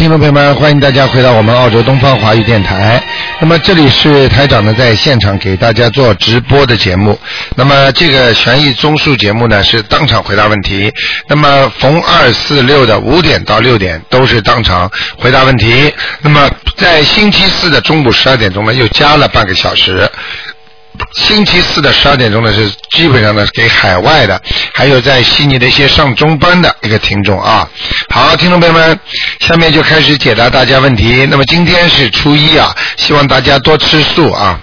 听众朋友们，欢迎大家回到我们澳洲东方华语电台。那么这里是台长呢在现场给大家做直播的节目。那么这个悬疑综述节目呢是当场回答问题。那么逢2、4、6的5点到6点都是当场回答问题。那么在星期四的中午12点钟呢又加了半个小时。星期四的12点钟呢是基本上呢给海外的还有在悉尼的一些上中班的一个听众啊。好，听众朋友们，下面就开始解答大家问题。那么今天是初一啊，希望大家多吃素啊。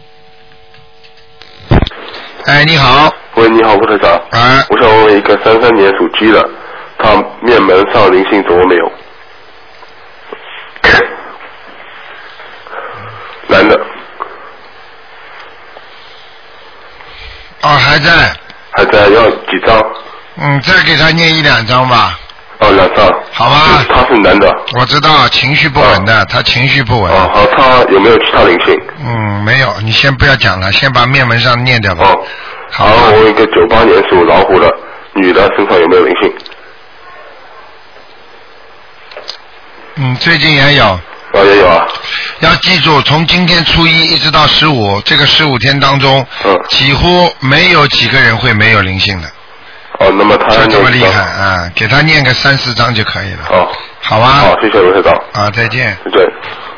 哎，你好。 喂，你好，吴台长。 啊。 我想问一个33年属鸡的，他面门上灵性走了没有？男的。 哦，还在。 还在，要几张？ 再给他念1、2张吧。 哦，2张。 好吧。 他是男的。 我知道，情绪不稳的，他情绪不稳。 哦，好，他有没有其他灵性？ 没有，你先不要讲了，先把面门上念掉吧。 哦。好，我有一个98年属老虎的女的，身上有没有灵性？ 最近也有。 也有啊。 要记住，从今天初一一直到15，这个15天当中，几乎没有几个人会没有灵性的。 哦，那么他就这么厉害啊！给他念个3、4张就可以了。 哦， 好吧。 好，谢谢卢台长。 啊，再见。 再见。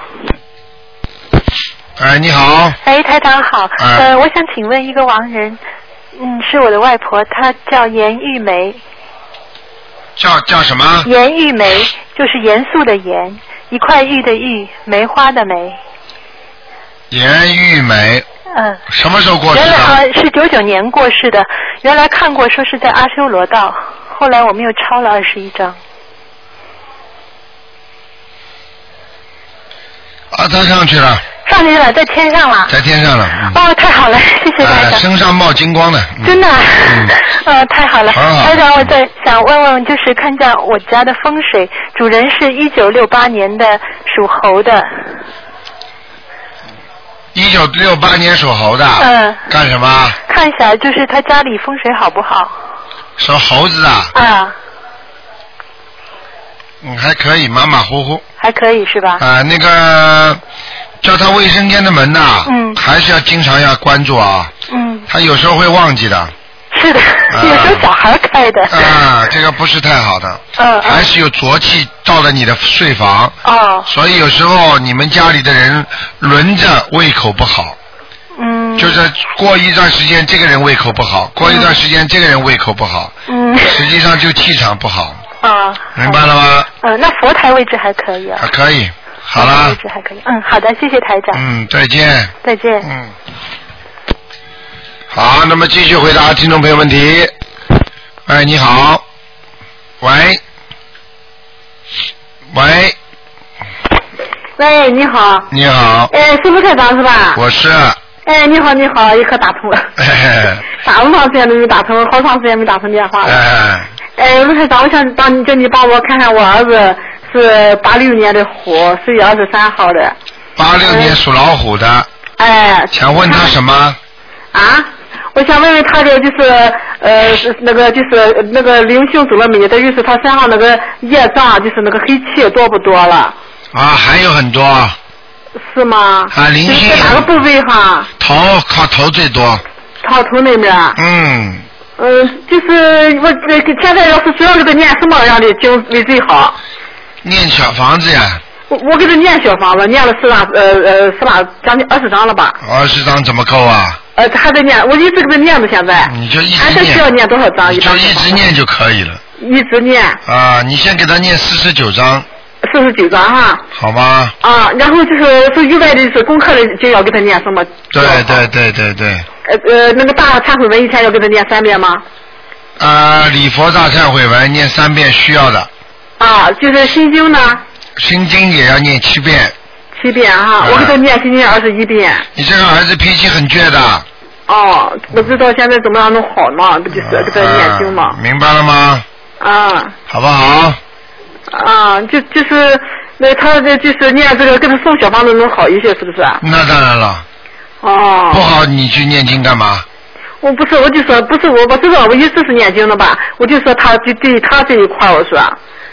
哎，你好。 哎，台长好。我想请问一个亡人，是我的外婆，她叫严玉梅。 叫什么？ 严玉梅，就是严肃的严，一块玉的玉，梅花的梅。 严玉梅。什么时候过世的？ 原来是99年过世的。原来看过说是在阿修罗道，后来我们又抄了21张。 他上去了。 上去了，在天上了。 在天上了。 哦，太好了，谢谢台长。 身上冒金光的。 真的。太好了。台长，我再想问问，就是看一下我家的风水，主人是1968年的属猴的。 1968年属猴的。干什么？ 看一下，就是他家里风水好不好？ 属猴子啊。还可以，马马虎虎。 还可以是吧？ 那个叫他卫生间的门呐，还是要经常要关注啊。他有时候会忘记的。 是的，有时候小孩开的。 这个不是太好的。还是有浊气到了你的睡房。所以有时候你们家里的人轮着胃口不好。就是过一段时间这个人胃口不好，过一段时间这个人胃口不好。实际上就气场不好。明白了吗？ 那佛台位置还可以啊。 还可以。好了。 位置还可以。好的，谢谢台长。 再见。 再见。 好，那么继续回答听众朋友问题。哎，你好。喂。 喂，你好。 你好。 是卢台长是吧？ 我是。 你好，一刻打通了。打了多长时间都没打通，好长时间没打通电话了。卢台长，我想叫你帮我看看，我儿子是86年的虎，10月23号的。 86年属老虎的。想问他什么？ 我想问问他的就是那个灵性走了没？等于是他身上那个业障，就是那个黑气多不多了？ 还有很多。 是吗？ 灵性。 在哪个部位哈？ 头，靠头最多。 靠头那边。就是我现在要是需要给他念什么样的经为最好？ 念小房子呀。 我给他念小房子，念了将近20张了吧 ？20张怎么够啊？ 还在念，我一直给他念到现在。 你就一直念。 还需要念多少张？ 你就一直念就可以了。 一直念。 你先给他念49张。 49张哈。 好吗？ 然后就是意外的是功课的就要给他念什么？ 对。 那个大忏悔文一天要给他念3遍吗？ 礼佛大忏悔文念3遍需要的。 就是心经呢？ 心经也要念7遍。 7遍哈，我给他念心经21遍。 你这个儿子脾气很倔的。 我知道现在怎么样能好嘛，不就是给他念经嘛。 明白了吗？好不好？ 就是那他就是念这个跟他送小房子能好一些，是不是？ 那当然了。不好，你去念经干嘛？ 我就说不是我知道，我一直是念经的吧，我就说他对他这一块我说。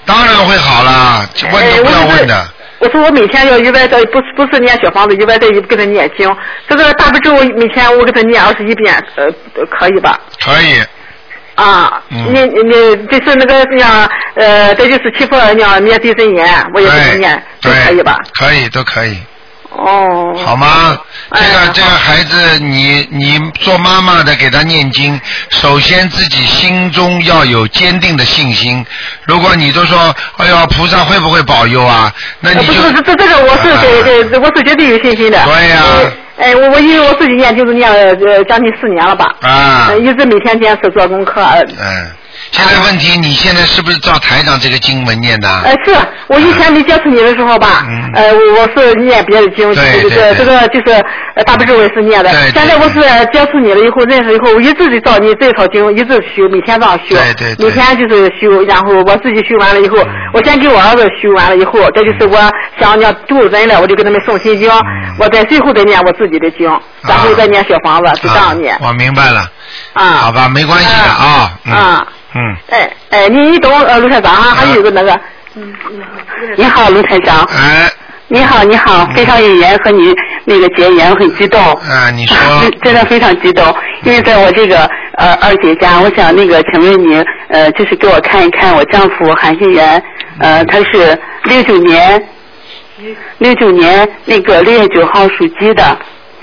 当然会好了，问都不要问的。 我说我每天要100再不是念小房子100再给他念经，这个大悲咒每天我给他念21遍，可以吧？ 可以。 啊，你就是那个像这就是七佛念灭地神言，我也给他念，都可以吧？ 可以，都可以。 哦， 好吗？这个孩子，你做妈妈的给他念经，首先自己心中要有坚定的信心。如果你都说，哎呦，菩萨会不会保佑啊？那你就不是这个我是我是绝对有信心的。 对呀。 我因为我自己念就是念了将近4年了吧。 啊。 一直每天坚持做功课。 现在问题，你现在是不是照台长这个经文念的？ 是我以前没接触你的时候吧，我是念别的经，这个就是大悲咒也是念的。现在我是接触你了以后，认识以后，我一直就照你这套经一直修，每天这样修，每天就是修，然后我自己修完了以后，我先给我儿子修完了以后，这就是我想要度人了，我就给他们诵心经，我在最后再念我自己的经，然后再念小房子，是这样念。 我明白了。好吧，没关系的啊。 你懂卢台长哈，还有个那个，你好，卢台长。你好，非常有缘和你那个结缘，很激动。 你说。 真的非常激动，因为在我这个二姐家，我想那个请问你就是给我看一看我丈夫韩信元，他是69年那个6月9号属鸡的。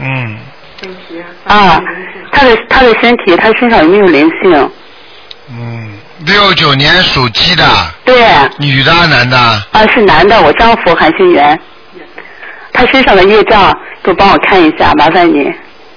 他的身体，他身上有没有灵性 ？69年属鸡的。 对。 女的男的？ 是男的，我丈夫韩信元，他身上的业障都帮我看一下，麻烦你。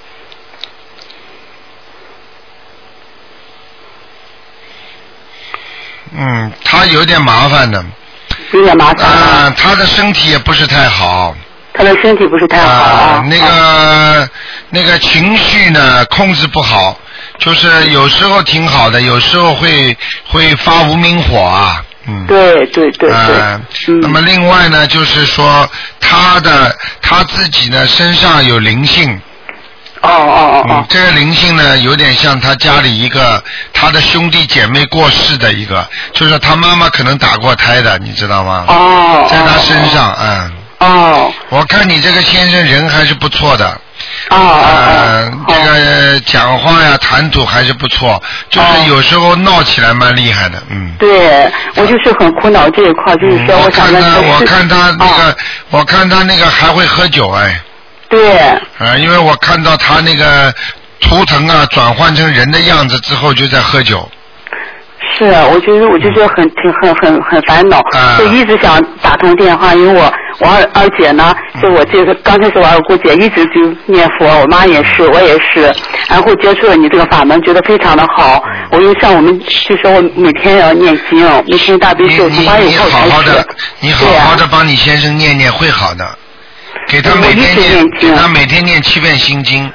他有点麻烦的。 有点麻烦。 他的身体也不是太好。 他的身体不是太好。 那个情绪呢控制不好。就是有时候挺好的，有时候会发无名火啊。 对。 那么另外呢，就是说他自己呢身上有灵性。这个灵性呢有点像他家里一个他的兄弟姐妹过世的一个，就是他妈妈可能打过胎的，你知道吗？在他身上。我看你这个先生人还是不错的。这个讲话呀谈吐还是不错，就是有时候闹起来蛮厉害的。 对，我就是很苦恼这一块，就是说我想我看他那个还会喝酒。 对。 因为我看到他那个图腾转换成人的样子之后就在喝酒。 是啊，我就觉得很烦恼，就一直想打通电话，因为我二姐呢，就我这个刚开始我二姑姐一直就念佛，我妈也是，我也是，然后接触了你这个法门，觉得非常的好。我就像我们就说我每天要念经，每天大悲咒从8月1号开始。 你好好的帮你先生念念会好的，给他每天念7遍心经。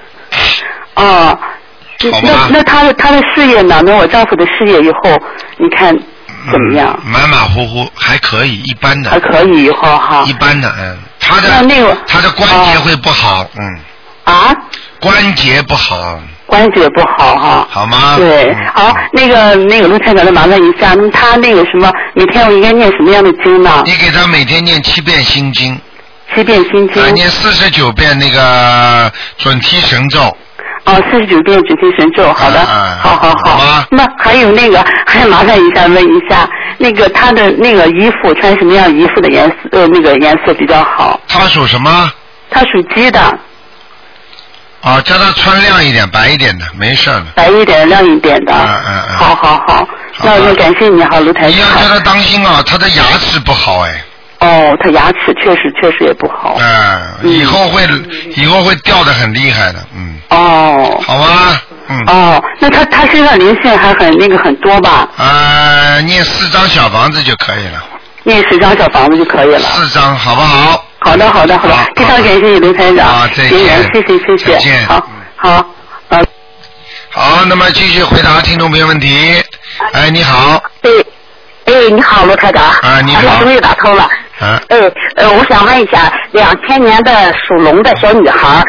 那他的事业呢？那我丈夫的事业以后，你看怎么样？ 马马虎虎，还可以，一般的。 还可以以后哈。 一般的，他的关节会不好，关节不好。 关节不好哈。 好吗？ 对，好，那个卢台长的麻烦一下，那么他那个什么，每天我应该念什么样的经呢？ 你给他每天念7遍心经。 7遍心经。 念49遍那个准提神咒。 49遍准提神咒，好的，好。那还有还麻烦一下问一下，那个他的那个衣服穿什么样衣服的颜色？那个颜色比较好。 他属什么？ 他属鸡的。 叫他穿亮一点、白一点的，没事的。 白一点、亮一点的。好。那我就感谢你，好，卢台长。 你要叫他当心他的牙齿不好他牙齿确实也不好。 以后会掉得很厉害的。好吧。 那他身上灵性还很多吧？ 念4张小房子就可以了。 念10张小房子就可以了。 4张，好不好？ 好的，非常感谢你，卢台长。 再见。 谢谢。 再见。 好。 好，那么继续回答听众朋友问题。你好。 你好，卢台长。 你好。 终于打通了。我想问一下，2000年的属龙的小女孩。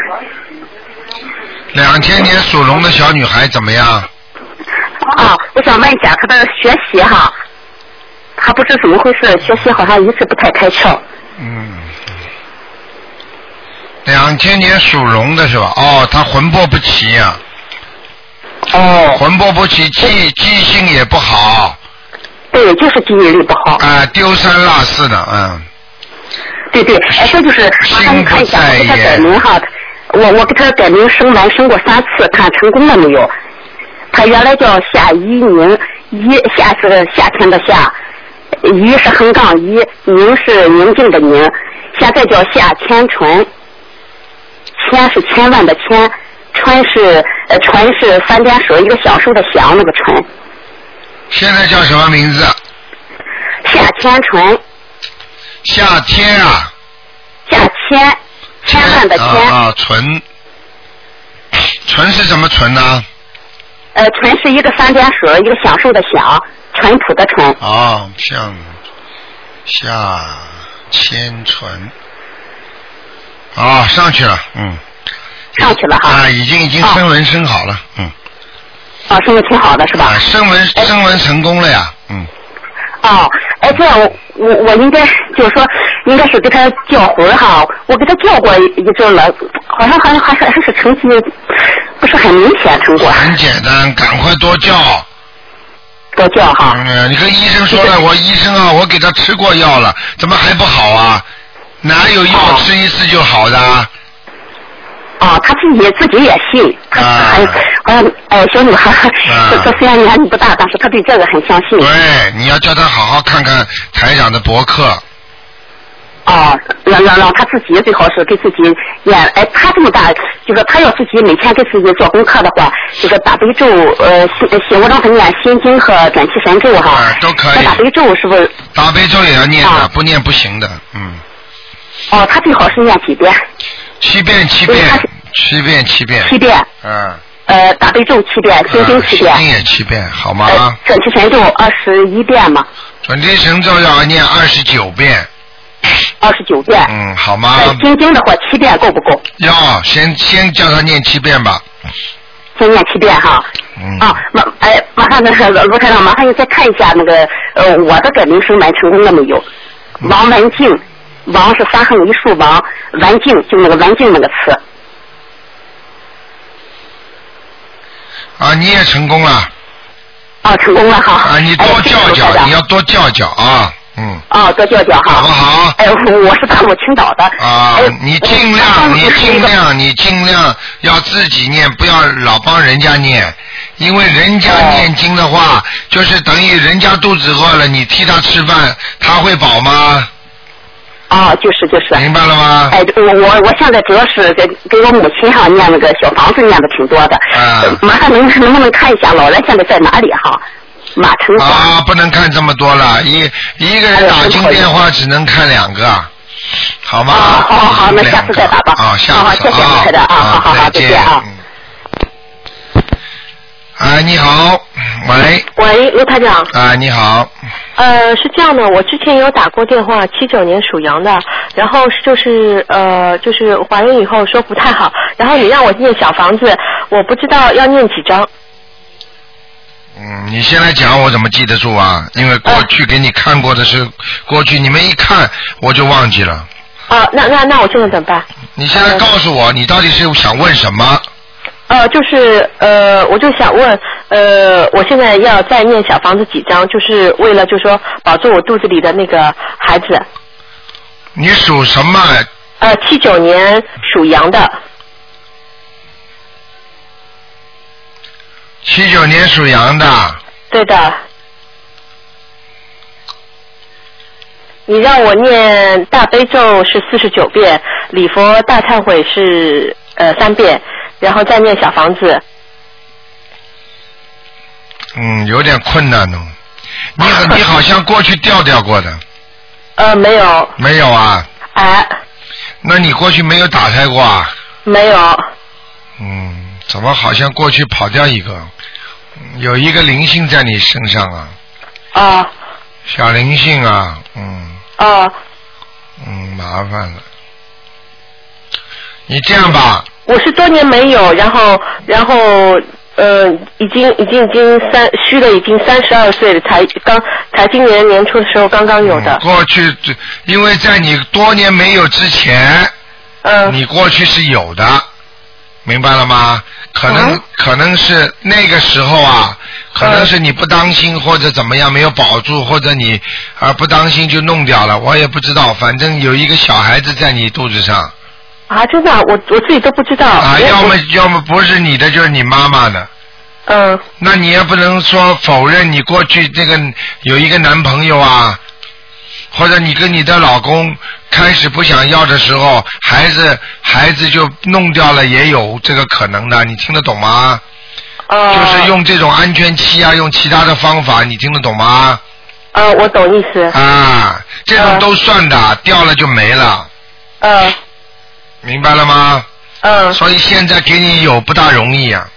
2000年属龙的小女孩怎么样？ 我想问一下她的学习哈， 他不知怎么回事，学习好像一直不太开窍。 2000年属龙的是吧？哦，他魂魄不齐呀。魂魄不齐，记性也不好。 对，就是记忆力不好。 丢三落四的， 对，这就是麻烦你看一下，我给他改名哈，我给他改名升完升过3次，看成功了没有？他原来叫夏一宁，夏是夏天的夏，一是横杠一，宁是宁静的宁，现在叫夏千纯，千是千万的千，纯是3点水一个享受的享那个纯。 现在叫什么名字？ 夏千纯。 夏天啊。 夏千万的千。 纯是什么纯呢？ 纯是一个3点水一个享受的享，淳朴的淳。 像夏千纯。上去了， 上去了哈。 已经声纹生好了， 声纹挺好的是吧？ 声纹成功了呀， 这样我应该就是说，应该是给他叫魂哈，我给他叫过一阵了，好像还是成绩不是很明显成果。 很简单，赶快多叫。 多叫哈。 你跟医生说了，我医生啊，我给他吃过药了，怎么还不好啊？哪有药吃一次就好的？ 他自己也信，小女孩，这虽然年龄不大，但是他对这个很相信。 对，你要叫他好好看看台长的博客。 让他自己最好是给自己念，他这么大，就是他要自己每天给自己做功课的话，这个大悲咒，我让他念心经和转气神咒哈。 都可以。 那大悲咒是不是？ 大悲咒也要念的，不念不行的， 他最好是念几遍 ？7遍。7遍。 大悲咒7遍，心经7遍。 心经也7遍，好吗？ 转气神咒21遍嘛。 转气神咒要念29遍。 29遍。 好吗？ 心经的话7遍够不够？ 要先叫他念7遍吧。 先念7遍哈。马上那个卢台长，麻烦你再看一下那个我的改名声纹成功了没有？王文静，王是3横一竖王，文静就那个文静那个词。 你也成功了。 成功了哈。 你多叫叫，你要多叫叫啊。 多叫叫哈。 好不好？ 我是大陆青岛的。 你尽量要自己念，不要老帮人家念，因为人家念经的话，就是等于人家肚子饿了，你替他吃饭，他会饱吗？ 就是。 明白了吗？ 我现在主要是给我母亲哈念那个小房子念的挺多的。麻烦能不能看一下老人现在在哪里哈？马城华。不能看这么多了，一个人打进电话只能看2个，好吗？ 好，那下次再打吧。 下次。 谢谢卢台长好，再见啊。 你好， 喂，卢台长。 你好。 是这样的，我之前有打过电话，79年属羊的，然后就是怀孕以后说不太好，然后你让我念小房子，我不知道要念几张。 你先来讲，我怎么记得住啊？因为过去给你看过的是过去，你们一看我就忘记了。 那我现在怎么办？ 你现在告诉我，你到底是想问什么？ 我就想问，我现在要再念小房子几张，就是为了就是说保住我肚子里的那个孩子。 你属什么 ？79年属羊的。 79年属羊的。 对的。你让我念大悲咒是49遍，礼佛大忏悔是3遍，然后再念小房子。 有点困难哦。你好像过去调过的。 没有。 没有啊？那你过去没有打胎过啊？ 没有。 怎么好像过去跑掉一个？有一个灵性在你身上啊。小灵性啊。麻烦了。你这样吧。 我是多年没有，然后已经虚了，已经32岁了， 才今年年初的时候刚刚有的。 过去因为在你多年没有之前，你过去是有的，明白了吗？可能是那个时候啊，可能是你不当心或者怎么样没有保住，或者你不当心就弄掉了，我也不知道，反正有一个小孩子在你肚子上。 啊，真的，我自己都不知道。 啊，要么不是你的，就是你妈妈的。那你也不能说否认你过去这个有一个男朋友啊，或者你跟你的老公开始不想要的时候，孩子就弄掉了，也有这个可能的，你听得懂吗？就是用这种安全期啊，用其他的方法，你听得懂吗？ 我懂意思。 这种都算的，掉了就没了。明白了吗？所以现在给你有不大容易啊。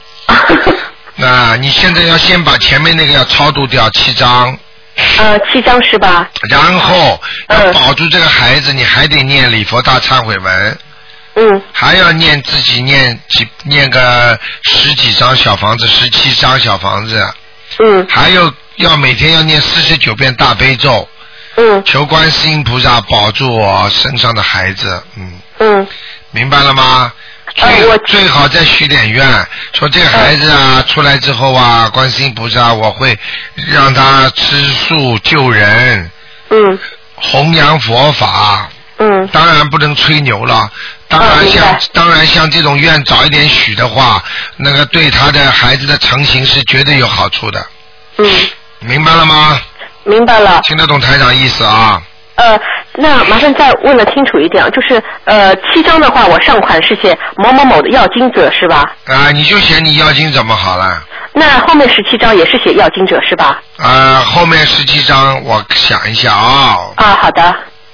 你现在要先把前面那个要超度掉7张。 7张是吧？ 然后要保住这个孩子，你还得念礼佛大忏悔文。还要自己念个10几张小房子，17张小房子。还有要每天要念49遍大悲咒。求观世音菩萨保住我身上的孩子。明白了吗？最好再许点愿，说这个孩子啊出来之后啊，观世音菩萨我会让他吃素救人，弘扬佛法。当然不能吹牛了。当然像这种愿早一点许的话，那个对他的孩子的成型是绝对有好处的。明白了吗？明白了。听得懂台长意思啊？ 那麻烦再问得清楚一点，就是7张的话，我上款是写某某某的要经者是吧？ 你就写你要经怎么好了？ 那后面17张也是写要经者是吧？ 后面17张我想一下啊。 好的。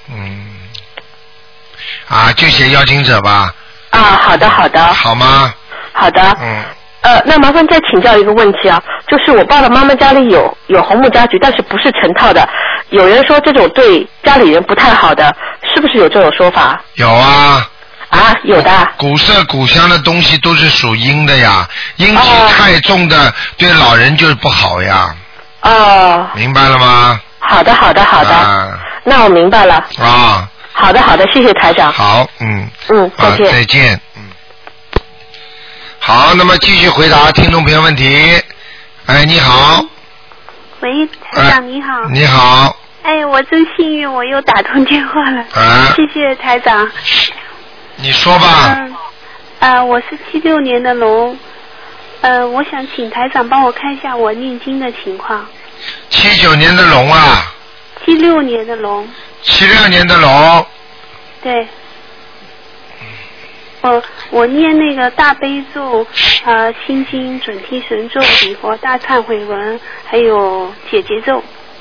就写要经者吧。 好的好的。 好吗？ 好的。那麻烦再请教一个问题啊，就是我爸爸妈妈家里有红木家具，但是不是成套的，有人说这种对家里人不太好的，是不是有这种说法？ 有啊。 有的。 古色古香的东西都是属阴的呀，阴气太重的对老人就是不好呀。明白了吗？ 好的好的好的。那我明白了。好的好的，谢谢台长。 好， 再见。 再见。好，那么继续回答听众朋友问题。你好。 喂，台长你好。 你好。 我真幸运，我又打通电话了。谢谢台长。 你说吧。 我是76年的龙，我想请台长帮我看一下我念经的情况。 79年的龙啊。 76年的龙。 76年的龙。 对。我念那个大悲咒、心经、准提神咒、礼佛大忏悔文，还有解结咒。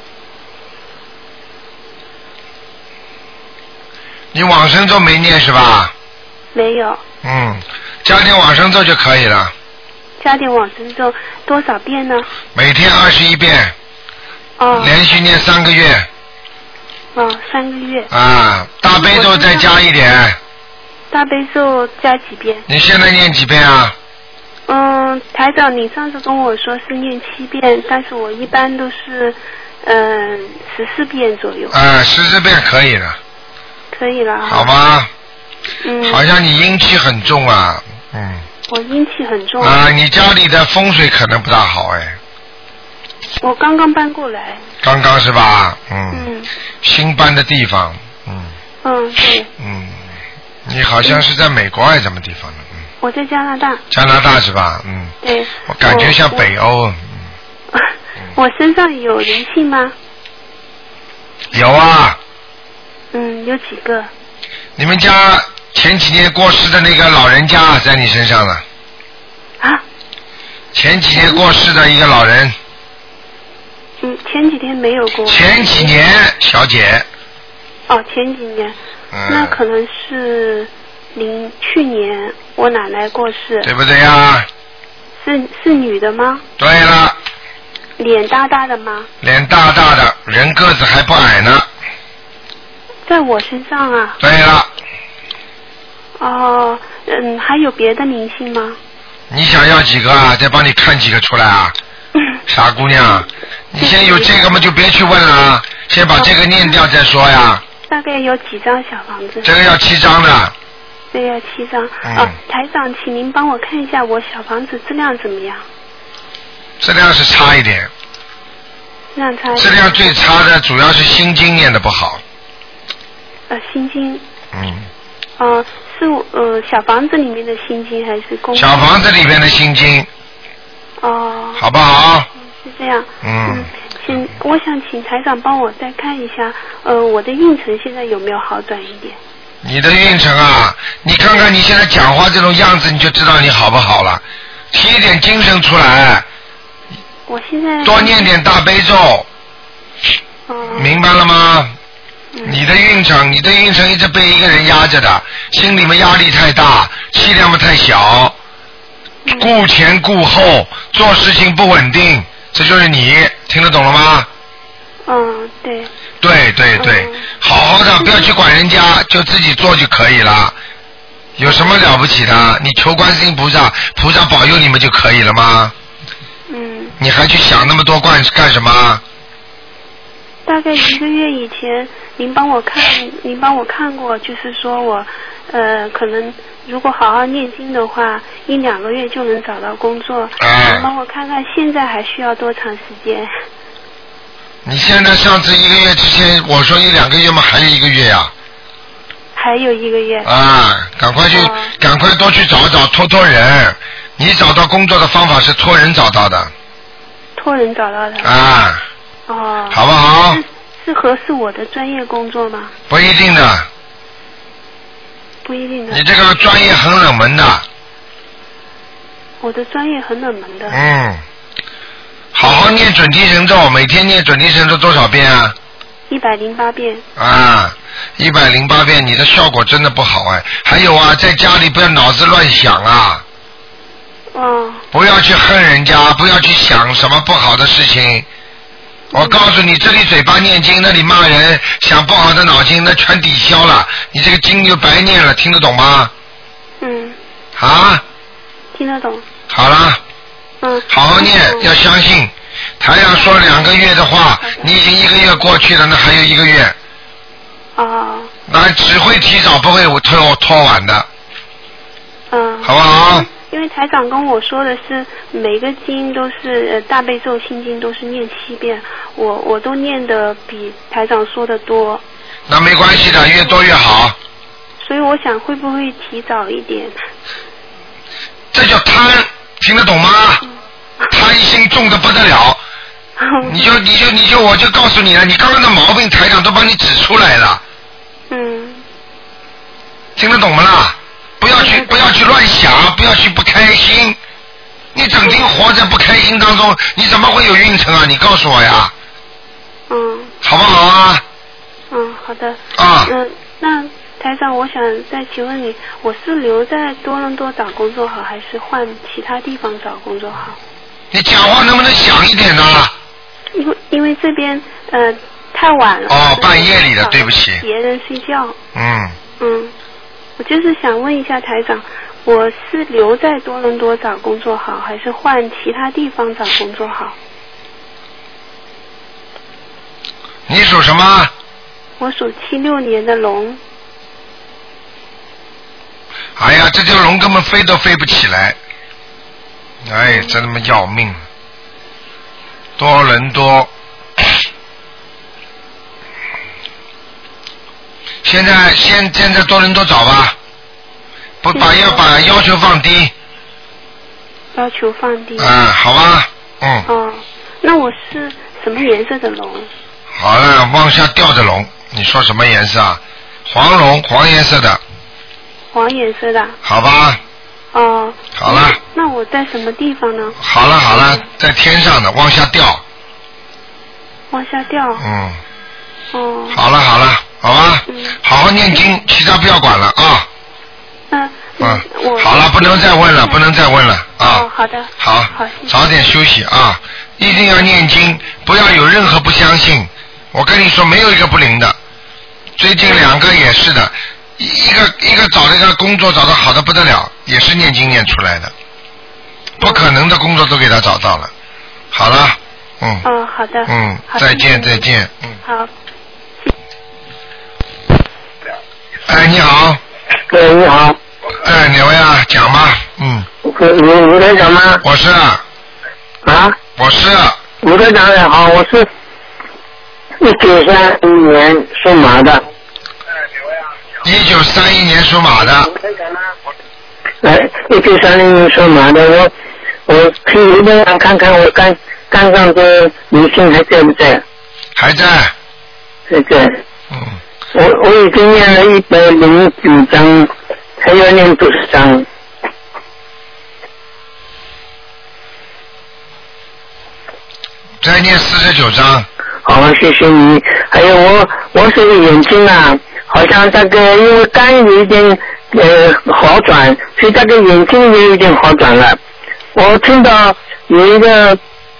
你往生咒没念是吧？ 没有。 加点往生咒就可以了。 加点往生咒多少遍呢？ 每天21遍。连续念3个月。 3个月。 大悲咒再加一点。 大悲咒加几遍？ 你现在念几遍啊？ 台长，你上次跟我说是念7遍，但是我一般都是14遍左右。 14遍可以了。 可以了。 好吧。好像你阴气很重啊。 我阴气很重。 你家里的风水可能不大好我刚刚搬过来。 刚刚是吧？新搬的地方。 对。 你好像是在美国还是什么地方呢？ 我在加拿大。 加拿大是吧？ 对。 我感觉像北欧。 我身上有灵性吗？ 有啊。 有几个？ 你们家前几年过世的那个老人家在你身上了。前几年过世的一个老人。 前几天没有过。 前几年，小姐。 前几年。那可能是去年我奶奶过世。 对不对呀？ 是女的吗？ 对了。 脸大大的吗？ 脸大大的，人个子还不矮呢。 在我身上啊。 对了。 还有别的灵性吗？ 你想要几个啊？再帮你看几个出来啊？傻姑娘， 你先有这个嘛，就别去问了，先把这个念掉再说呀。 大概有几张小房子？ 这个要7张的。 这个要7张。台长，请您帮我看一下我小房子质量怎么样？ 质量是差一点。质量最差的主要是心经念的不好。 心经。是小房子里面的心经还是公？ 小房子里面的心经。好不好？ 是这样。我想请台长帮我再看一下，我的运程现在有没有好转一点？ 你的运程啊，你看看你现在讲话这种样子，你就知道你好不好了。提一点精神出来。 我现在多念点大悲咒。明白了吗？你的运程一直被一个人压着的，心里面压力太大，气量嘛太小，顾前顾后，做事情不稳定，这就是你，听得懂了吗？ 对。 对，好好的，不要去管人家，就自己做就可以了。有什么了不起的？你求观世音菩萨，菩萨保佑你们就可以了吗？你还去想那么多干什么？ 大概1个月以前，您帮我看过，就是说我可能如果好好念经的话，1、2个月就能找到工作。您帮我看看现在还需要多长时间？ 你现在上次1个月之前我说1、2个月吗？还有1个月呀。 还有1个月。 赶快多去找托人。你找到工作的方法是托人找到的。 托人找到的。 好不好？ 是合适我的专业工作吗？ 不一定的。你这个专业很冷门的。 我的专业很冷门的。 好好念准提神咒，每天念准提神咒多少遍啊 ？108遍。 108遍，你的效果真的不好哎。还有啊，在家里不要脑子乱想啊。不要去恨人家，不要去想什么不好的事情。我告诉你，这里嘴巴念经，那里骂人，想不好的脑筋，那全抵消了，你这个经就白念了，听得懂吗？ 听得懂。 好了。好好念，要相信。台上说2个月的话，你已经1个月过去了，那还有1个月。那只会提早，不会拖晚的。好不好？ 因为台长跟我说的是每个经都是大悲咒心经都是念7遍，我都念的比台长说的多。 那没关系的，越多越好。 所以我想会不会提早一点？ 这叫贪，听得懂吗？贪心重的不得了。我就告诉你了，你刚刚的毛病台长都帮你指出来了。听得懂吗啦？不要去乱想，不要去不开心。你整天活在不开心当中，你怎么会有运程啊？你告诉我呀。好不好啊？ 好的。那台长，我想再请问你，我是留在多伦多找工作好，还是换其他地方找工作好？ 你讲话能不能响一点呢？ 因为这边太晚了。 半夜里的，对不起。 别人睡觉。我就是想问一下台长，我是留在多伦多找工作好，还是换其他地方找工作好？ 你属什么？ 我属76年的龙。 哎呀，这条龙根本飞都飞不起来，真他妈要命！多伦多，现在多伦多找吧，要把要求放低。 要求放低。 好吧， 那我是什么颜色的龙？ 好了，往下掉的龙，你说什么颜色啊？黄龙，黄颜色的。 黄颜色的。 好吧。好了。 那我在什么地方呢？ 好了，在天上的，往下掉。 往下掉。 好了，好吧。好好念经，其他不要管了啊。好了，不能再问了啊。 好的。 好，早点休息啊！一定要念经，不要有任何不相信。我跟你说，没有一个不灵的。最近2个也是的，一个找了一个工作找得好的不得了，也是念经念出来的，不可能的工作都给他找到了。好了。 哦，好的。 再见再见。 好。 哎，你好。 你好。 哎，哪位啊？讲吧。 卢台长吗？ 我是。我是。 卢台长也好，我是1931年属马的。 1931年属马的。 1930年属马的，我可以这样看看我肝上的灵性还在不在？ 还在。 还在。我已经念了109章，还要念多少章？ 再念49章。 好，谢谢你。还有我这个眼睛啊，好像这个因为肝有一点好转，所以这个眼睛也有点好转了。我听到有一个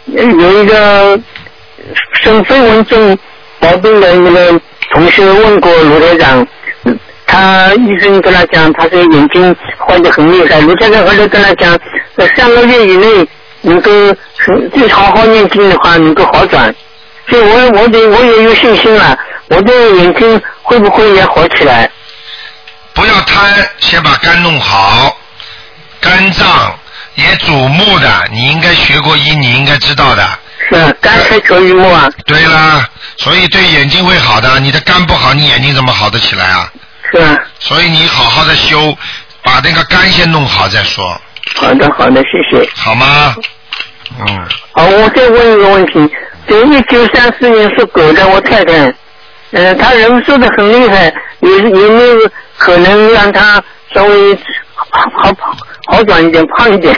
生飞蚊症毛病的一个同学问过卢台长，他医生跟他讲，他这个眼睛坏得很厉害。卢台长后来跟他讲，3个月以内能够就好好念经的话，能够好转。所以我也有信心了，我的眼睛会不会也好起来？ 不要贪，先把肝弄好。肝脏也主目的，你应该学过医，你应该知道的。 是啊，肝开球于目啊。 对啦，所以对眼睛会好的。你的肝不好，你眼睛怎么好得起来啊？ 是啊。 所以你好好的修，把那个肝先弄好再说。 好的，谢谢。 好吗？ 好，我再问一个问题。1934年属狗的我太太，她人瘦得很厉害，有没有可能让她稍微好转一点，胖一点？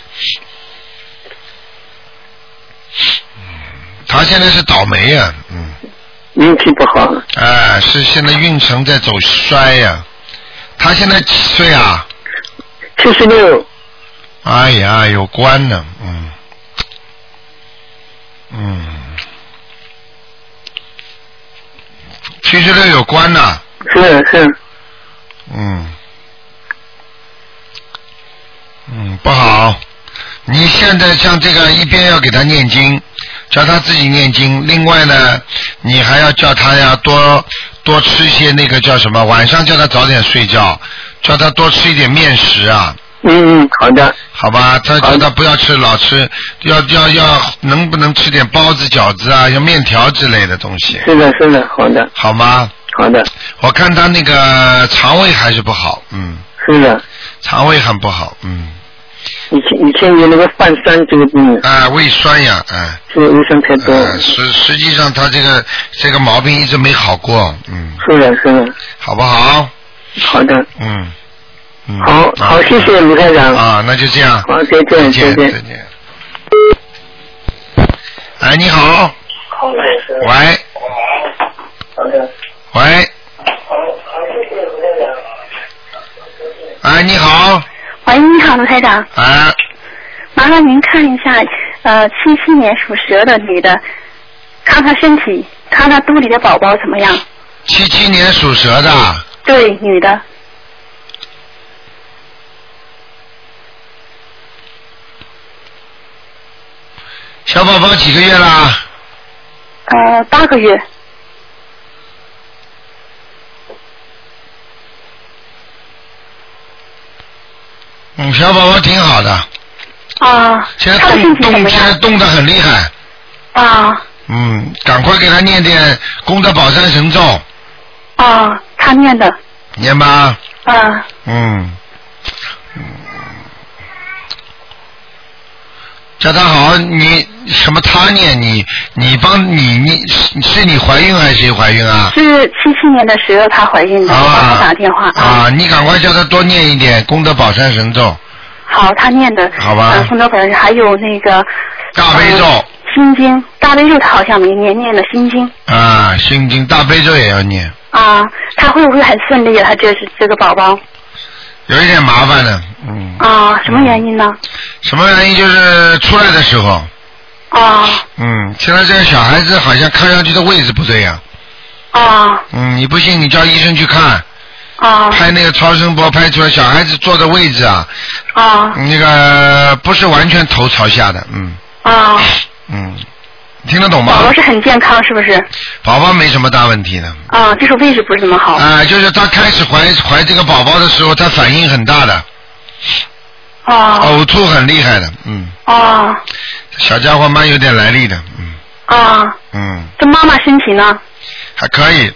她现在是倒霉呀， 运气不好。 是现在运程在走衰呀。她现在几岁啊 ？76。 哎呀，有关呢76有关呐。 是。 不好。你现在像这个一边要给他念经，叫他自己念经，另外呢，你还要叫他要多吃一些那个叫什么，晚上叫他早点睡觉，叫他多吃一点面食啊。 好的。 好吧，他叫他不要吃，老吃，要能不能吃点包子、饺子啊，像面条之类的东西。 是的，好的。 好吗？ 好的。 我看他那个肠胃还是不好， 是的。 肠胃很不好， 以前有那个泛酸这个病。 胃酸呀， 是胃酸太多。 实际上他这个毛病一直没好过， 是的。 好不好？ 好的。好，谢谢卢台长。 那就这样。 好，再见。 哎，你好。喂。哎，你好。 喂，你好，卢台长。麻烦您看一下，77年属蛇的女的，看她身体，看她肚里的宝宝怎么样 ？77年属蛇的。 对，女的。 小宝宝几个月啦 ？8个月。 小宝宝挺好的。现在动得很厉害。赶快给他念点功德宝山神咒。 他念的。 念吧。叫他好，你什么他念你是你怀孕还是谁怀孕啊？ 是77年的蛇，她怀孕的，我帮她打电话。 你赶快叫她多念一点功德宝山神咒。 好，她念的。 好吧。 功德宝山还有那个大悲咒。 心经，大悲咒她好像没念的心经。 心经大悲咒也要念。 她会不会很顺利啊？她这个宝宝。 有一点麻烦的， 什么原因呢？ 什么原因？就是出来的时候。现在这个小孩子好像看上去的位置不对呀。你不信你叫医生去看。拍那个超声波拍出来小孩子坐的位置啊。那个不是完全头朝下的， 听得懂吗？ 宝宝是很健康，是不是？ 宝宝没什么大问题的。 啊，就是位置不是怎么好。 就是他开始怀这个宝宝的时候，他反应很大的。呕吐很厉害的，小家伙蛮有点来历的， 这妈妈身体呢？ 还可以。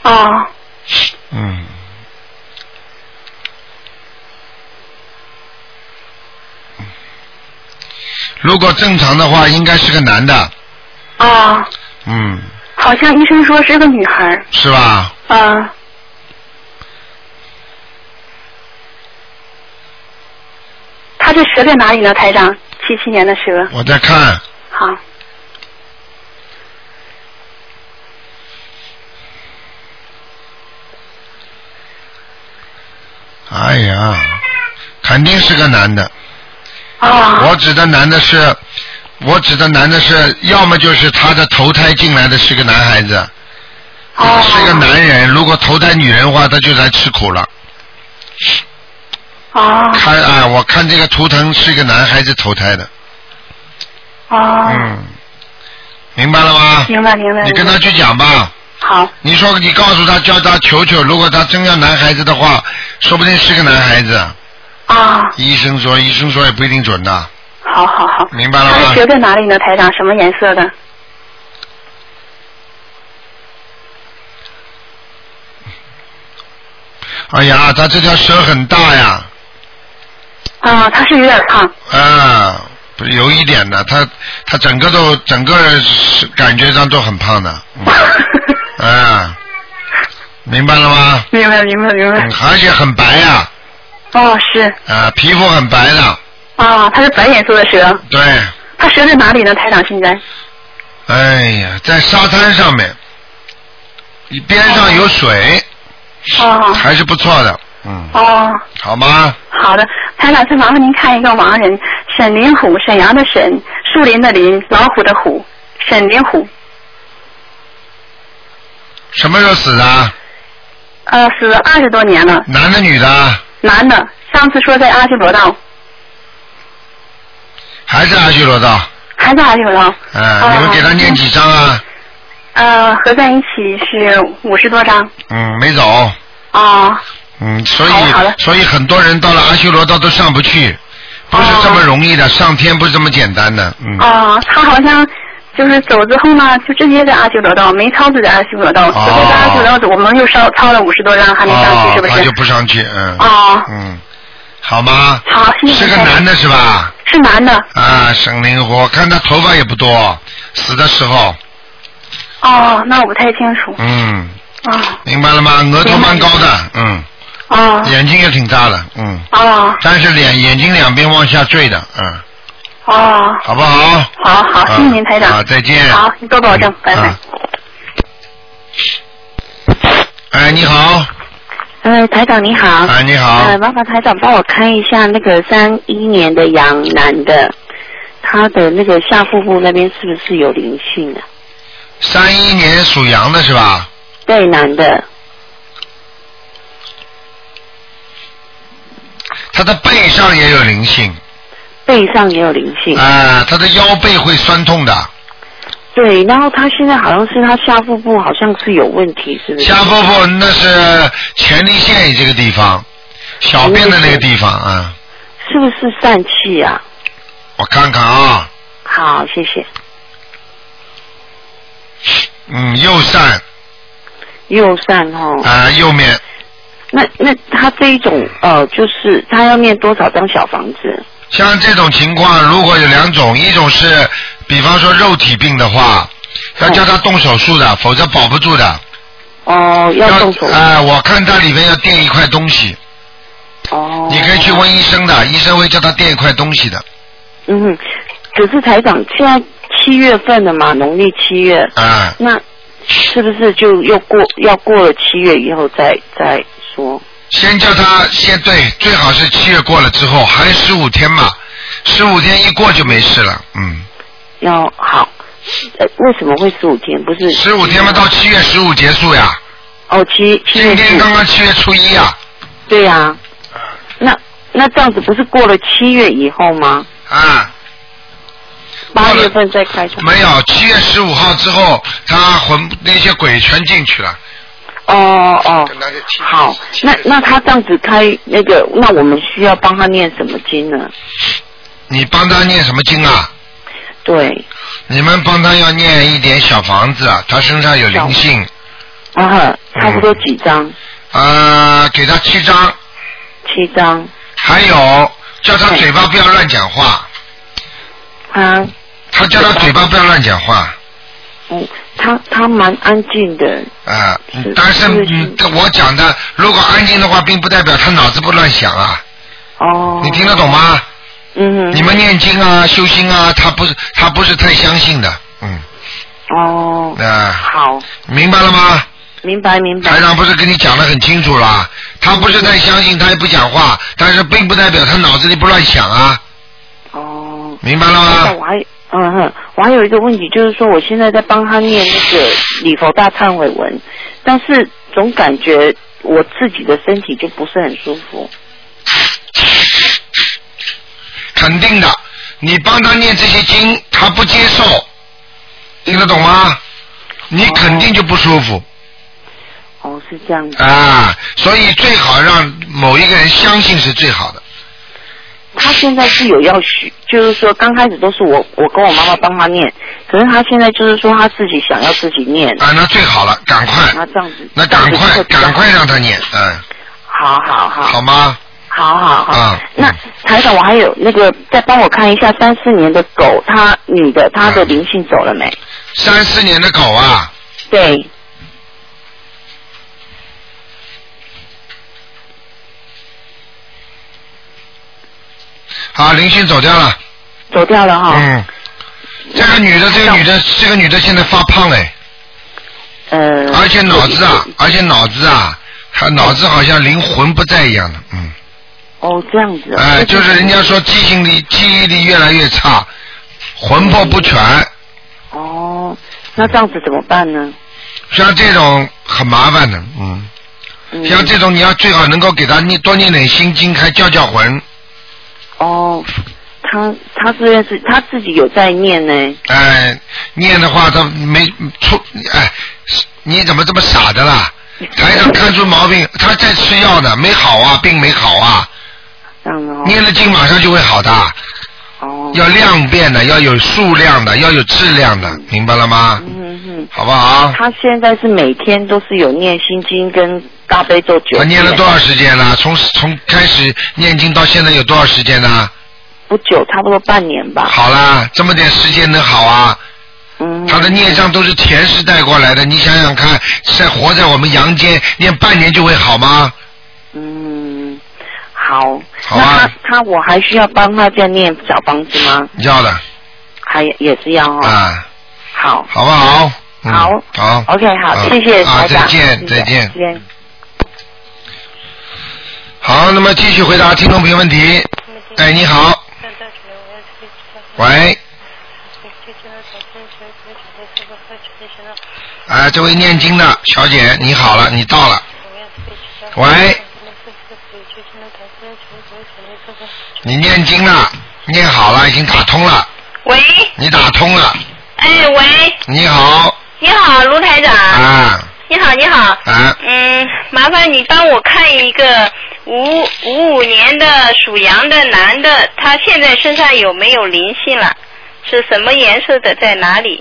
如果正常的话，应该是个男的。 好像医生说是个女孩。 是吧？ 他这蛇在哪里呢，台长？77年的蛇。 我在看。 好。 哎呀，肯定是个男的。我指的男的是，要么就是他的投胎进来的是个男孩子，是个男人。如果投胎女人的话，他就来吃苦了。我看这个图腾是一个男孩子投胎的。明白了吗？ 明白。 你跟他去讲吧。 好。 你说你告诉他，叫他求求，如果他真要男孩子的话，说不定是个男孩子。医生说也不一定准的。 好。 明白了吗？ 他的蛇在哪里呢，台长？什么颜色的？ 哎呀，他这条蛇很大呀。 他是有点胖。 不是有一点的，他整个感觉上都很胖的。明白了吗？ 明白。 而且很白呀。 是。 皮肤很白的。 它是白颜色的蛇。 对。 它蛇在哪里呢，台长？现在？ 哎呀，在沙滩上面，边上有水。还是不错的。好吗？ 好的，台长，再麻烦您看一个亡人，沈林虎，沈阳的沈，树林的林，老虎的虎，沈林虎。 什么时候死的？ 死了20多年了。 男的女的？ 男的，上次说在阿修罗道。 还是阿修罗道？ 还是阿修罗道。 你们给他念几张啊？ 合在一起是50多张。 没走。所以很多人到了阿修罗道都上不去，不是这么容易的，上天不是这么简单的。 他好像就是走之后呢，就直接在阿修罗道，没超自在阿修罗道，直接在阿修罗道，我们又超了50多张，还没上去，是不是？ 他就不上去，好吗？ 好，谢谢。 是个男的是吧？ 是男的。 沈灵活，看他头发也不多，死的时候。 那我不太清楚。 明白了吗？额头蛮高的，眼睛也挺大的，但是眼睛两边往下坠的，好不好？ 好，谢谢您，台长。 好，再见。 好，你多保重，拜拜。 你好。 台长你好。 你好。 麻烦台长帮我看一下那个31年的羊男的，他的那个下腹部那边是不是有灵性的 ？31年属羊的是吧？ 对，男的。 他的背上也有灵性。 背上也有灵性。 他的腰背会酸痛的。 对，然后他现在好像是他下腹部好像是有问题，是不是？ 下腹部那是前列腺这个地方，小便的那个地方是不是疝气啊？ 我看看啊。 好，谢谢。右疝哦。 右面。 那他这一种就是他要念多少张小房子？ 像这种情况，如果有2种，一种是比方说肉体病的话，要叫他动手术的，否则保不住的。 要动手术。 我看他里面要垫一块东西。你可以去问医生的，医生会叫他垫一块东西的。 可是台长，现在7月份了嘛，农历7月。那是不是就要过了7月以后再说？ 先叫他对，最好是7月过了之后，还有15天嘛，15天一过就没事了。 要好，为什么会15天？不是 15天嘛，到7月15结束呀。 7月。 今天刚刚7月初1呀。 对呀。那这样子不是过了7月以后吗？ 8月份再开出。 没有，7月15号之后，他那些鬼全进去了。 哦，好，那他这样子开那个，那我们需要帮他念什么经呢？ 你帮他念什么经啊？ 对。 你们帮他要念一点小房子，他身上有灵性。 差不多几张？ 给他7张。 7张。 还有，叫他嘴巴不要乱讲话。他叫他嘴巴不要乱讲话。 他蛮安静的。 但是我讲的，如果安静的话，并不代表他脑子不乱想啊。你听得懂吗？你们念经啊、修心啊，他不是太相信的。 好。 明白了吗？ 明白。 台长不是跟你讲得很清楚了？他不是太相信，他也不讲话，但是并不代表他脑子里不乱想啊。明白了吗？ 我还有一个问题，就是说我现在在帮他念那个礼佛大忏悔文，但是总感觉我自己的身体就不是很舒服。 肯定的，你帮他念这些经，他不接受，听得懂吗？你肯定就不舒服。 是这样子。 所以最好让某一个人相信是最好的。 他现在是有要许，就是说刚开始都是我跟我妈妈帮他念，可是他现在就是说他自己想要自己念。 那最好了，赶快。 那这样子。 那赶快让他念。 好。 好吗？ 好。那台长，我还有那个再帮我看一下34年的狗，女的，她的灵性走了没 ？34年的狗啊？ 对。 好，灵性走掉了。 走掉了哈。 这个女的现在发胖哎。而且脑子啊，她脑子好像灵魂不在一样的。 这样子。 就是人家说记忆力越来越差，魂魄不全。 那这样子怎么办呢？ 像这种很麻烦的。像这种你要最好能够给他多念点心经，开叫魂。 他这边是他自己有在念呢。 念的话他没出。你怎么这么傻的啦？台上看出毛病，他在吃药的，没好啊，病没好啊。念了经马上就会好的。要量变的，要有数量的，要有质量的，明白了吗？好不好？ 他现在是每天都是有念心经跟大悲咒9遍。 他念了多少时间了？从开始念经到现在有多少时间呢？ 不久，差不多半年吧。 好啦，这么点时间能好啊？他的孽障都是前世带过来的，你想想看，活在我们阳间，念半年就会好吗？ 好。 好啊。 那我还需要帮他再念小房子吗？ 要的。 也是要好。 好不好？ 好。OK， 好，谢谢台长。 再见。好，那么继续回答听众朋友问题。你好。喂。这位念经的小姐，你好了，你到了。喂。你念经了，念好了，已经打通了。 喂。 你打通了。 喂。 你好。 你好，卢台长。你好。麻烦你帮我看一个55年的属羊的男的，他现在身上有没有灵性了？是什么颜色的？在哪里？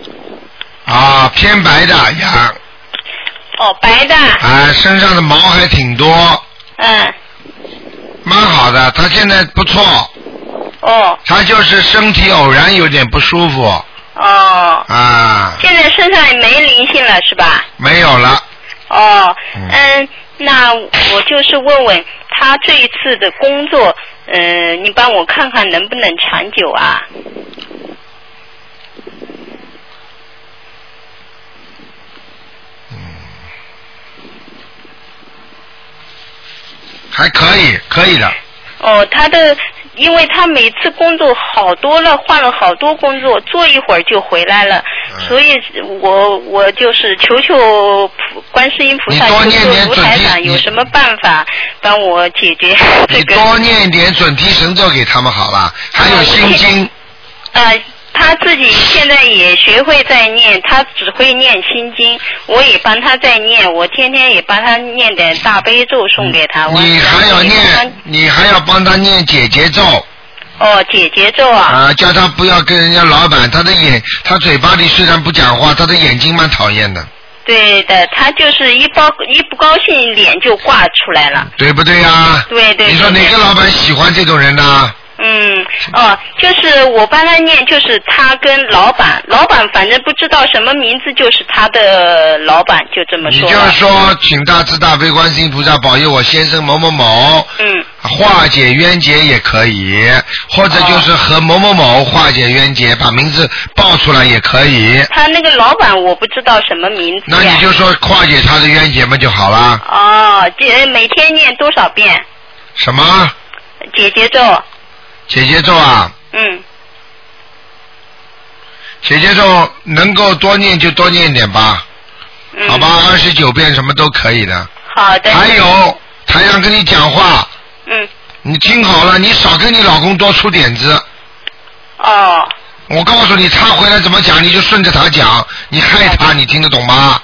偏白的羊。 白的。 身上的毛还挺多。蛮好的，他现在不错。他就是身体偶然有点不舒服。 现在身上也没灵性了是吧？ 没有了。 那我就是问问他这一次的工作，你帮我看看能不能长久啊？ 还可以的。 因为他每次工作好多了，换了好多工作，做一会儿就回来了，所以我就是求观世音菩萨，求卢台长有什么办法帮我解决这个。 你多念一点准提神咒给他们好了，还有心经。 他他自己现在也学会在念，他只会念心经，我也帮他在念，我天天也帮他念点大悲咒送给他。 你还要帮他念解结咒。 哦，解结咒啊！ 啊，叫他不要跟人家老板，他嘴巴里虽然不讲话，他的眼睛蛮讨厌的。 对的，他就是一不高兴，脸就挂出来了。 对不对呀？ 对。 你说哪个老板喜欢这种人呢？ 就是我帮他念，就是他跟老板反正不知道什么名字，就是他的老板就这么说。 你就是说，请大慈大悲观世音菩萨保佑我先生某某某，化解冤结也可以，或者就是和某某某化解冤结，把名字报出来也可以。 他那个老板我不知道什么名字。 那你就说化解他的冤结嘛就好了。 每天念多少遍？ 什么？ 解结咒。 解结咒啊？解结咒能够多念就多念点吧，好吧，29遍什么都可以的。 好的。 还有台上跟你讲话，你听好了，你少跟你老公多出点子。我告诉你，他回来怎么讲，你就顺着他讲，你害他，你听得懂吗？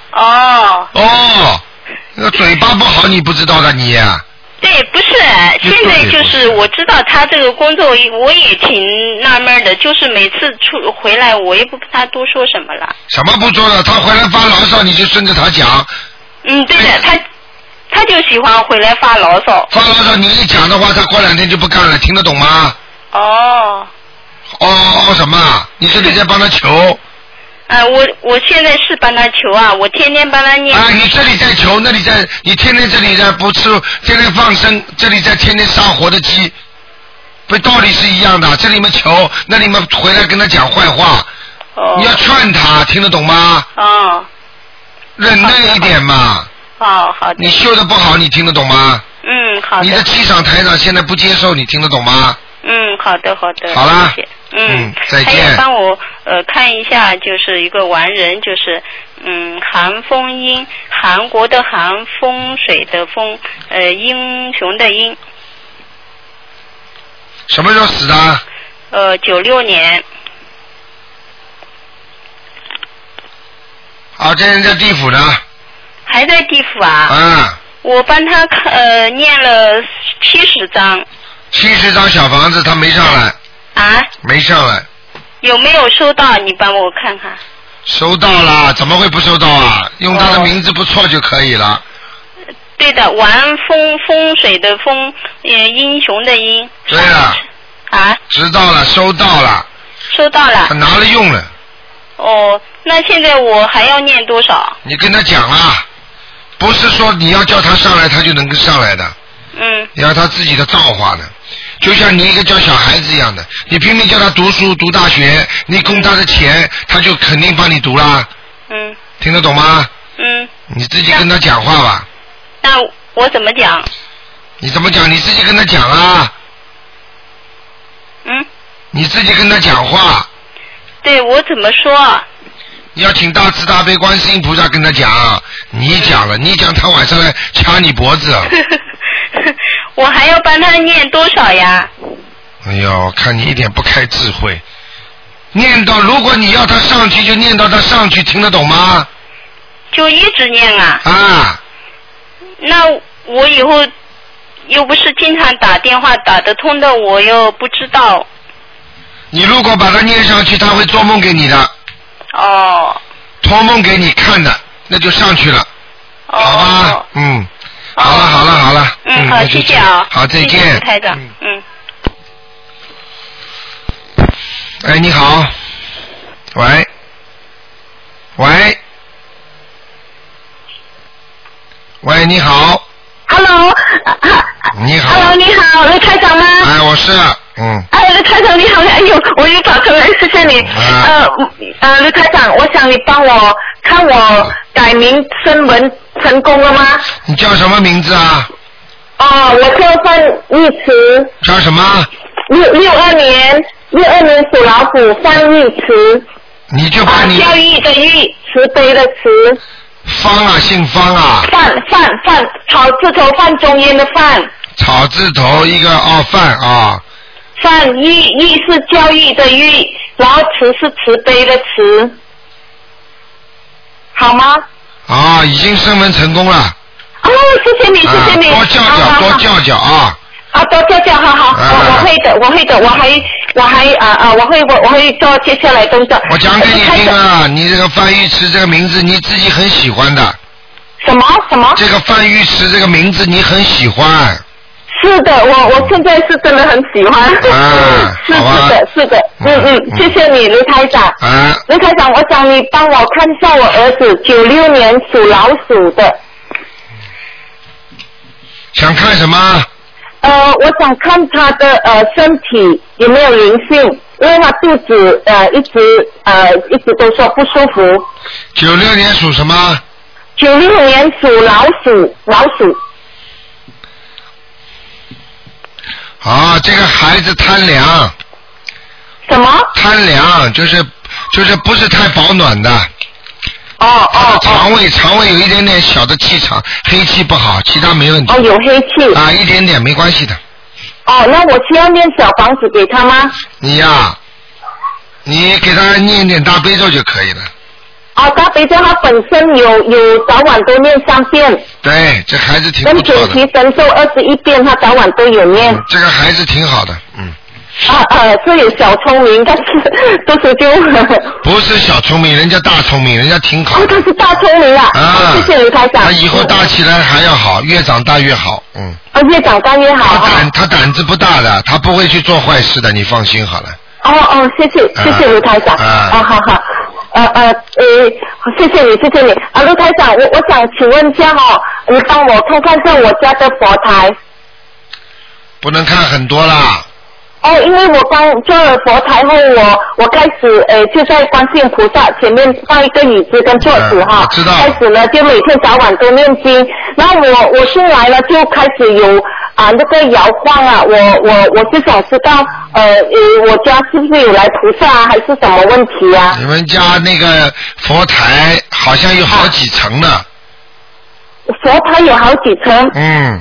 那嘴巴不好你不知道的你。 对，不是，现在就是我知道他这个工作，我也挺纳闷的，就是每次回来，我也不跟他多说什么了。 什么不说的？他回来发牢骚，你就顺着他讲。 对的，他就喜欢回来发牢骚。 发牢骚，你一讲的话，他过2天就不干了，听得懂吗？什么？你这里在帮他求？ 我现在是帮他求啊，我天天帮他念。 你这里在求，那里在，你天天这里在不吃，天天放生，这里在天天杀活的鸡，不道理是一样的。这里面求，那里面回来跟他讲坏话，你要劝他，听得懂吗？忍耐一点嘛。 好的。 你修的不好，你听得懂吗？ 好的。 你的气场台长现在不接受，你听得懂吗？ 好的。 好啦。 谢谢。 再见。 还有帮我看一下，就是一个完人，就是韩风英，韩国的韩，风水的风，英雄的英。 什么时候死的 ？96年。 这人在地府呢。 还在地府啊？我帮他念了70张。 70张小房子，他没上来。没上来。 有没有收到？你帮我看看。 收到了，怎么会不收到啊？用他的名字不错就可以了。 对的，玩风水的风，英雄的英。 对了。知道了，收到了。 收到了。 他拿了用了。 那现在我还要念多少？ 你跟他讲啊，不是说你要叫他上来他就能上来的。要他自己的造化的。就像你一个教小孩子一样的，你拼命叫他读书读大学，你供他的钱，他就肯定帮你读啦。听得懂吗？你自己跟他讲话吧。 那我怎么讲？ 你怎么讲？你自己跟他讲啊。你自己跟他讲话。 对，我怎么说？ 你要请大慈大悲观世音菩萨跟他讲，你讲了，你讲他晚上来掐你脖子。 我还要帮他念多少呀？ 哎呦，看你一点不开智慧。念到，如果你要他上去，就念到他上去，听得懂吗？ 就一直念啊。那我以后又不是经常打电话打得通的，我又不知道。 你如果把它念上去，他会做梦给你的。托梦给你看的，那就上去了。好吧。好了。 好，谢谢啊。 好，再见。 谢谢台长。 你好。喂，你好。 Hello。 你好。 Hello， 你好，卢台长吗？ 我是。 卢台长你好，哎呦，我又打通了，谢谢你。卢台长，我想你帮我看我改名声纹成功了吗？ 你叫什么名字啊？ 我叫范玉慈。 叫什么 ？62年属老虎，范玉慈。 你就把你。 教育的育，慈悲的慈。 方啊，姓方啊。 范，草字头范中间的范。 草字头一个范啊。 善义是教育的育，然后慈是慈悲的慈，好吗？ 啊，已经升温成功了。 哦，谢谢你，谢谢你。 多叫叫，多叫叫啊！ 啊，多叫叫，好，我会的，我会做接下来动作。 我讲给你听啊，你这个范玉池这个名字你自己很喜欢的。 什么？ 这个范玉池这个名字你很喜欢。 是的，我现在是真的很喜欢。是的，谢谢你，卢台长。卢台长，我想你帮我看一下我儿子96年属老鼠的。 想看什么？ 我想看他的身体有没有灵性，因为他肚子一直都说不舒服。 96年属什么 ？96年属老鼠。 啊，这个孩子贪凉。 什么？ 贪凉，就是不是太保暖的。肠胃有一点点小的气场，黑气不好，其他没问题。 有黑气。 啊，一点点没关系的。 那我需要念小房子给他吗？ 你给他念点大悲咒就可以了。 大悲咒他本身有早晚都念3遍。 对，这孩子挺不错的。 跟准提神咒21遍，他早晚都有念。 这个孩子挺好的， 是有小聪明，但是都是就不是小聪明，人家大聪明，人家挺好。 他是大聪明啊！谢谢卢台长。 他以后大起来还要好，越长大越好， 越长大越好。 他胆子不大的，他不会去做坏事的，你放心好了。 谢谢卢台长。好。谢谢你。卢台长，我想请问一下你帮我看看在我家的佛台。 不能看很多啦。 因为我刚做了佛台后，我开始就在观世音菩萨前面放一个椅子跟桌子知道。 开始呢就每天早晚都念经，然后我进来了就开始有那个摇晃啊，我就想知道我家是不是有来菩萨还是什么问题啊？ 你们家那个佛台好像有好几层呢。 佛台有好几层？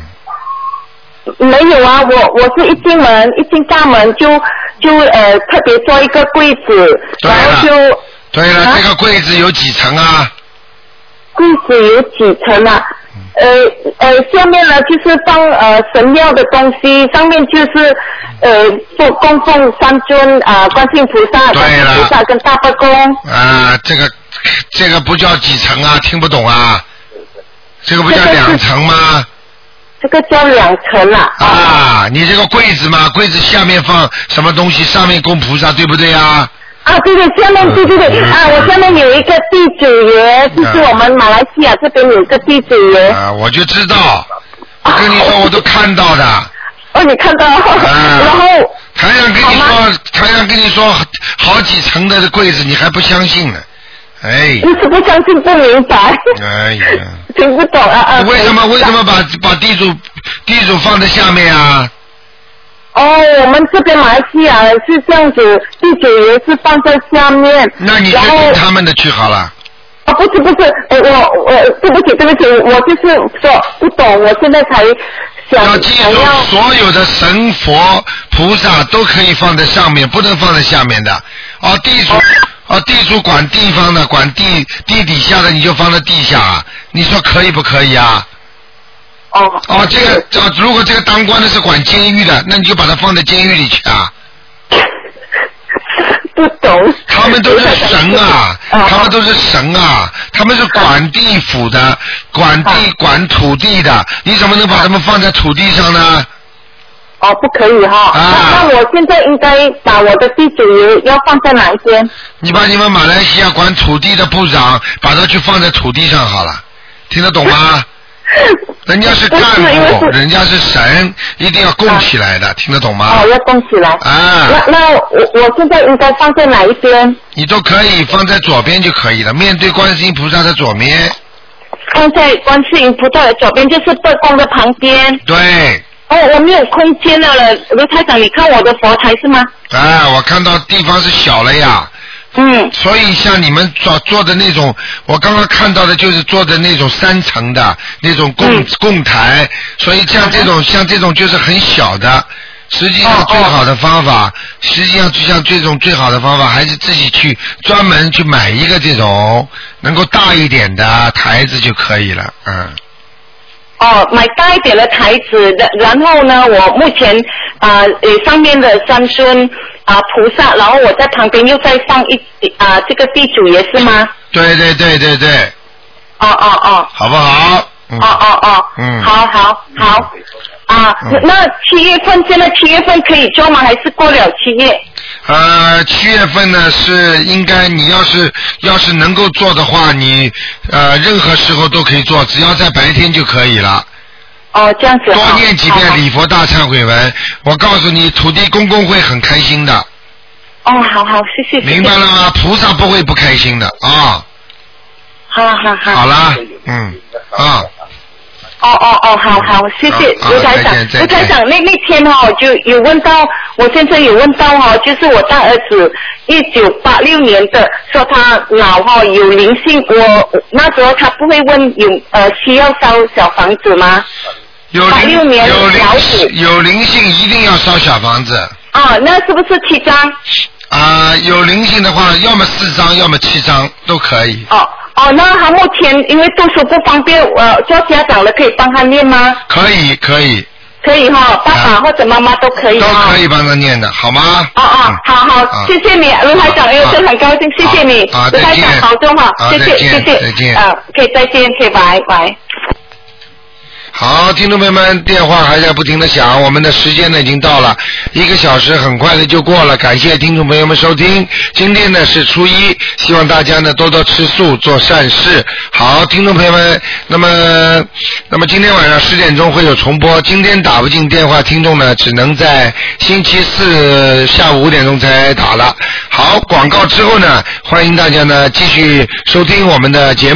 没有啊，我是一进大门就特别做一个柜子，然后就对了，这个柜子有几层啊？ 柜子有几层啊？下面呢就是放神庙的东西，上面就是做供奉三尊观世音菩萨、观世音菩萨跟大伯公。 这个不叫几层啊？听不懂啊？这个不叫2层吗？ 这个叫2层啊！ 你这个柜子嘛，柜子下面放什么东西？上面供菩萨，对不对啊？ 对，下面对，我下面有一个地主爷，就是我们马来西亚这边有一个地主爷。 我就知道，我跟你说，我都看到的。 你看到？然后台上跟你说好几层的柜子，你还不相信呢？ 就是不相信不明白。听不懂为什么把地主放在下面啊？ 我们这边马来西亚是这样子，地主爷是放在下面。 那你就听他们的去好了。 不是，我对不起，我就是说不懂，我现在才想。 要记住，所有的神佛菩萨都可以放在上面，不能放在下面的。地主管地方的，管地底下的，你就放在地下，你说可以不可以啊？如果这个当官的是管监狱的，那你就把它放在监狱里去啊。 不懂。 他们都是神啊，他们是管地府的，管土地的，你怎么能把他们放在土地上呢？ 不可以那我现在应该把我的地主爷要放在哪一边？ 你把你们马来西亚管土地的部长把他去放在土地上好了，听得懂吗？人家是干部，人家是神，一定要供起来的，听得懂吗？ 要供起来。那我现在应该放在哪一边？ 你都可以放在左边就可以了，面对观世音菩萨的左面。 放在观世音菩萨的左边，就是佛光的旁边。 对。 我没有空间了，卢台长，你看我的佛台是吗？ 我看到地方是小了呀。所以像你们做的那种，我刚刚看到的就是做的那种3层的那种供台，所以像这种就是很小的， 实际上最好的方法，实际上就像这种最好的方法，还是自己去专门去买一个这种能够大一点的台子就可以了， 买大一点的台子，然后呢，我目前上面的三尊菩萨，然后我在旁边又再放这个地主爷是吗？ 对。好不好？ 好。那现在7月份可以做吗？还是过了7月 ？7月份呢是应该你要是能够做的话，你任何时候都可以做，只要在白天就可以了。 这样子。 多念几遍礼佛大忏悔文，我告诉你，土地公公会很开心的。 好，谢谢。 明白了吗？菩萨不会不开心的啊。好了， 好，谢谢卢台长。卢台长，那天就有问到，我先生有问到就是我大儿子1986年的，说他脑有灵性，我那时候他不会问需要烧小房子吗？86年老虎有灵性一定要烧小房子。 那是不是7张？ 有灵性的话，要么4张，要么7张都可以。 那他目前因为读书不方便，做家长了可以帮他念吗？ 可以。 爸爸或者妈妈都可以。 都可以帮他念的，好吗？ 好，谢谢你，卢台长，真很高兴，谢谢你，卢台长保重谢谢， 再见。 可以再见，可以拜。 好，听众朋友们，电话还在不停的响，我们的时间呢已经到了，1个小时很快的就过了，感谢听众朋友们收听。今天呢是初一，希望大家呢多多吃素，做善事。好，听众朋友们，那么今天晚上10点钟会有重播，今天打不进电话，听众呢只能在星期4下午5点钟才打了。好，广告之后呢，欢迎大家呢继续收听我们的节目。